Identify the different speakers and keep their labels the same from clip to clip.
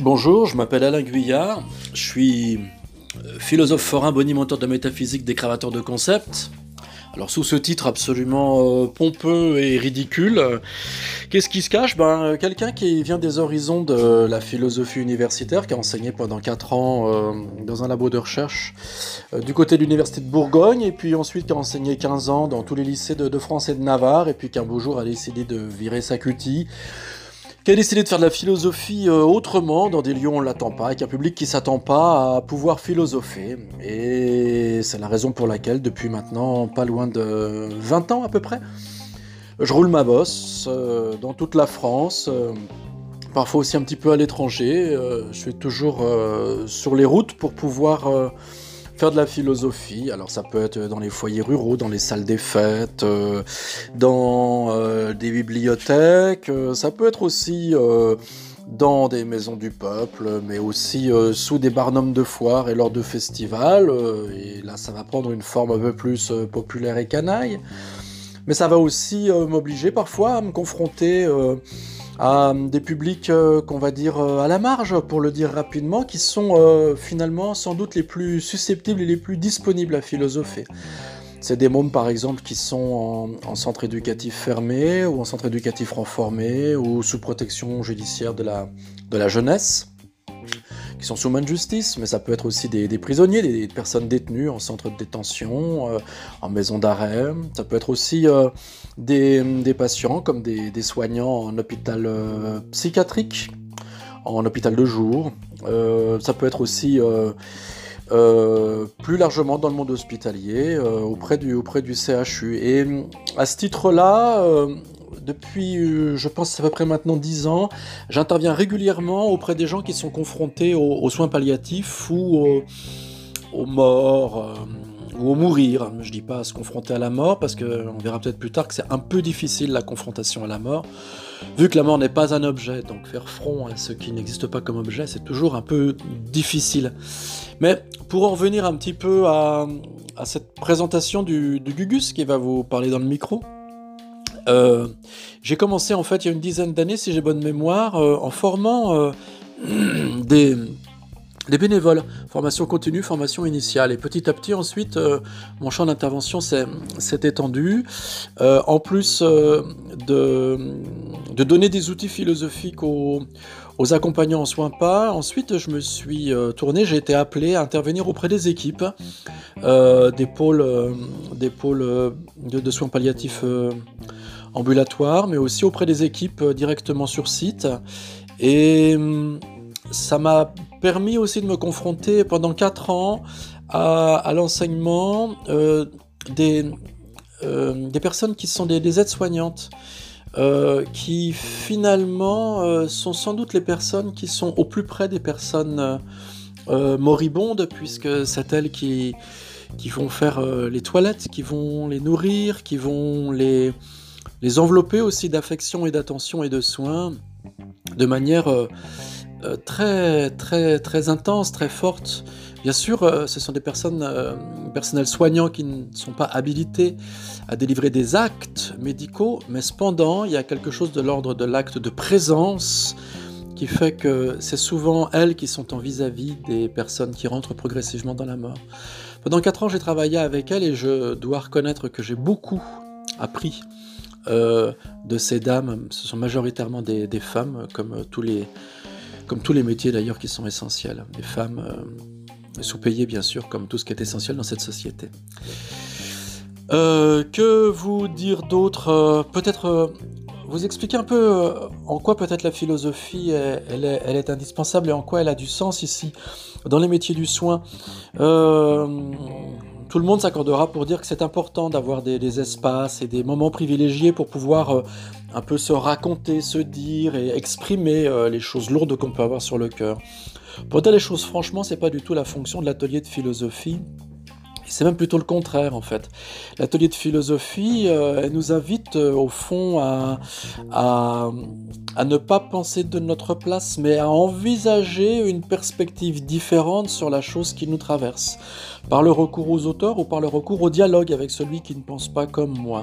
Speaker 1: Bonjour, je m'appelle Alain Guyard, je suis philosophe forain, bonimenteur de métaphysique, déclarateur de concepts. Alors sous ce titre absolument pompeux et ridicule, qu'est-ce qui se cache? Quelqu'un qui vient des horizons de la philosophie universitaire, qui a enseigné pendant 4 ans dans un labo de recherche du côté de l'université de Bourgogne, et puis ensuite qui a enseigné 15 ans dans tous les lycées de France et de Navarre, et puis qu'un beau jour a décidé de virer sa cutie, qui a décidé de faire de la philosophie autrement, dans des lieux où on ne l'attend pas, avec un public qui ne s'attend pas à pouvoir philosopher. Et c'est la raison pour laquelle, depuis maintenant pas loin de 20 ans à peu près, je roule ma bosse dans toute la France, parfois aussi un petit peu à l'étranger. Je suis toujours sur les routes pour pouvoir faire de la philosophie. Alors ça peut être dans les foyers ruraux, dans les salles des fêtes, dans des bibliothèques, ça peut être aussi dans des maisons du peuple, mais aussi sous des barnums de foire et lors de festivals, et là ça va prendre une forme un peu plus populaire et canaille, mais ça va aussi m'obliger parfois à me confronter à des publics qu'on va dire à la marge, pour le dire rapidement, qui sont finalement sans doute les plus susceptibles et les plus disponibles à philosopher. C'est des mômes par exemple qui sont en centre éducatif fermé ou en centre éducatif renformé ou sous protection judiciaire de la jeunesse, qui sont sous main de justice, mais ça peut être aussi des prisonniers, des personnes détenues en centre de détention, en maison d'arrêt. Ça peut être aussi des patients comme des soignants en hôpital psychiatrique, en hôpital de jour. Ça peut être aussi plus largement dans le monde hospitalier, auprès du CHU. Et à ce titre-là, depuis, je pense, à peu près maintenant 10 ans, j'interviens régulièrement auprès des gens qui sont confrontés aux soins palliatifs ou aux morts, ou au mourir. Je dis pas à se confronter à la mort, parce qu'on verra peut-être plus tard que c'est un peu difficile la confrontation à la mort, vu que la mort n'est pas un objet, donc faire front à ce qui n'existe pas comme objet, c'est toujours un peu difficile. Mais pour en revenir un petit peu à cette présentation du Gugus qui va vous parler dans le micro, j'ai commencé en fait il y a une dizaine d'années, si j'ai bonne mémoire, en formant des bénévoles, formation continue, formation initiale. Et petit à petit ensuite, mon champ d'intervention s'est étendu. En plus de donner des outils philosophiques aux accompagnants en soins pas, ensuite je me suis tourné, j'ai été appelé à intervenir auprès des équipes, des pôles de soins palliatifs ambulatoires, mais aussi auprès des équipes directement sur site. Et ça m'a permis aussi de me confronter pendant 4 ans à l'enseignement des personnes qui sont des aides-soignantes, qui finalement sont sans doute les personnes qui sont au plus près des personnes moribondes, puisque c'est elles qui vont faire les toilettes, qui vont les nourrir, qui vont les envelopper aussi d'affection et d'attention et de soins, de manière très, très, très intense, très forte. Bien sûr, ce sont des personnels soignants qui ne sont pas habilités à délivrer des actes médicaux, mais cependant, il y a quelque chose de l'ordre de l'acte de présence qui fait que c'est souvent elles qui sont en vis-à-vis des personnes qui rentrent progressivement dans la mort. Pendant 4 ans, j'ai travaillé avec elles et je dois reconnaître que j'ai beaucoup appris de ces dames. Ce sont majoritairement des femmes, comme tous les métiers d'ailleurs qui sont essentiels. Des femmes sous-payées bien sûr, comme tout ce qui est essentiel dans cette société. Que vous dire d'autre? Peut-être vous expliquer un peu en quoi peut-être la philosophie elle est indispensable et en quoi elle a du sens ici, dans les métiers du soin. Tout le monde s'accordera pour dire que c'est important d'avoir des espaces et des moments privilégiés pour pouvoir un peu se raconter, se dire et exprimer les choses lourdes qu'on peut avoir sur le cœur. Pour dire les choses franchement, c'est pas du tout la fonction de l'atelier de philosophie. C'est même plutôt le contraire en fait. L'atelier de philosophie, elle nous invite au fond à ne pas penser de notre place, mais à envisager une perspective différente sur la chose qui nous traverse, par le recours aux auteurs ou par le recours au dialogue avec celui qui ne pense pas comme moi.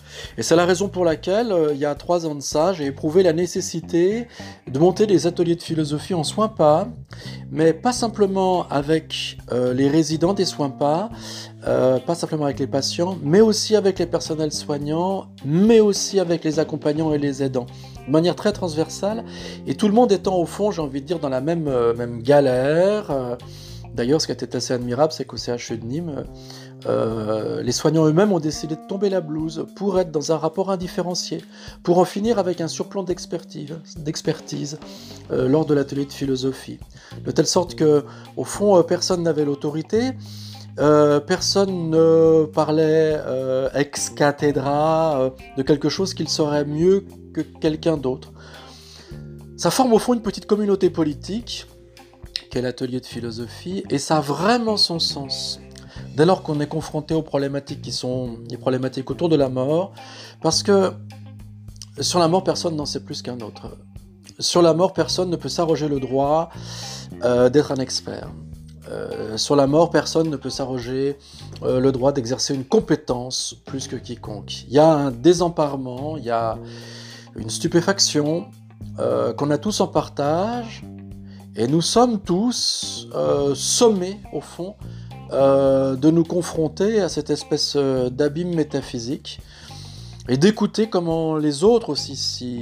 Speaker 1: Et c'est la raison pour laquelle, il y a 3 ans de ça, j'ai éprouvé la nécessité de monter des ateliers de philosophie en soins pas, mais pas simplement avec les résidents des soins pas simplement avec les patients, mais aussi avec les personnels soignants, mais aussi avec les accompagnants et les aidants, de manière très transversale, et tout le monde étant au fond, j'ai envie de dire, dans la même galère. D'ailleurs, ce qui était assez admirable, c'est qu'au CHU de Nîmes, les soignants eux-mêmes ont décidé de tomber la blouse pour être dans un rapport indifférencié, pour en finir avec un surplomb d'expertise lors de l'atelier de philosophie. De telle sorte que, au fond, personne n'avait l'autorité, personne ne parlait ex cathedra de quelque chose qu'il saurait mieux que quelqu'un d'autre. Ça forme au fond une petite communauté politique, qu'est l'atelier de philosophie, et ça a vraiment son sens dès lors qu'on est confronté aux problématiques qui sont les problématiques autour de la mort, parce que sur la mort, personne n'en sait plus qu'un autre. Sur la mort, personne ne peut s'arroger le droit d'être un expert. Sur la mort, personne ne peut s'arroger le droit d'exercer une compétence plus que quiconque. Il y a un désemparement, il y a une stupéfaction qu'on a tous en partage, et nous sommes tous sommés, au fond, de nous confronter à cette espèce d'abîme métaphysique et d'écouter comment les autres aussi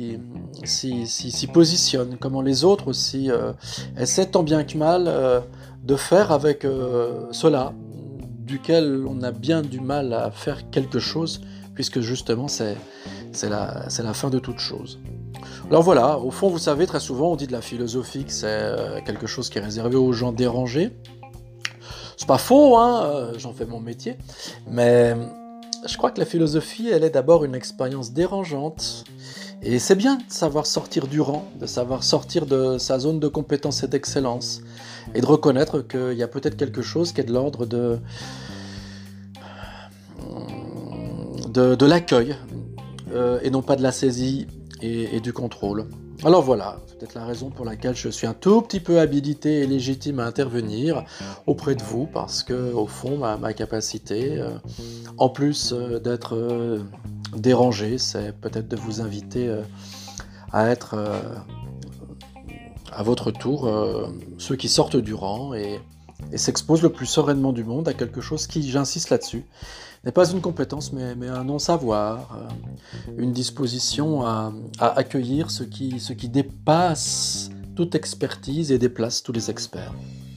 Speaker 1: s'y positionnent, comment les autres aussi essaient tant bien que mal de faire avec cela, duquel on a bien du mal à faire quelque chose, puisque justement c'est la fin de toute chose. Alors voilà, au fond, vous savez, très souvent on dit de la philosophie que c'est quelque chose qui est réservé aux gens dérangés. C'est pas faux, hein, j'en fais mon métier, mais je crois que la philosophie, elle est d'abord une expérience dérangeante, et c'est bien de savoir sortir du rang, de savoir sortir de sa zone de compétence et d'excellence, et de reconnaître qu'il y a peut-être quelque chose qui est de l'ordre de l'accueil, et non pas de la saisie et du contrôle. Alors voilà, c'est peut-être la raison pour laquelle je suis un tout petit peu habilité et légitime à intervenir auprès de vous, parce que au fond, ma capacité, en plus d'être dérangé, c'est peut-être de vous inviter à être à votre tour ceux qui sortent du rang et s'exposent le plus sereinement du monde à quelque chose qui, j'insiste là-dessus, n'est pas une compétence, mais un non-savoir, une disposition à accueillir ce qui dépasse toute expertise et déplace tous les experts.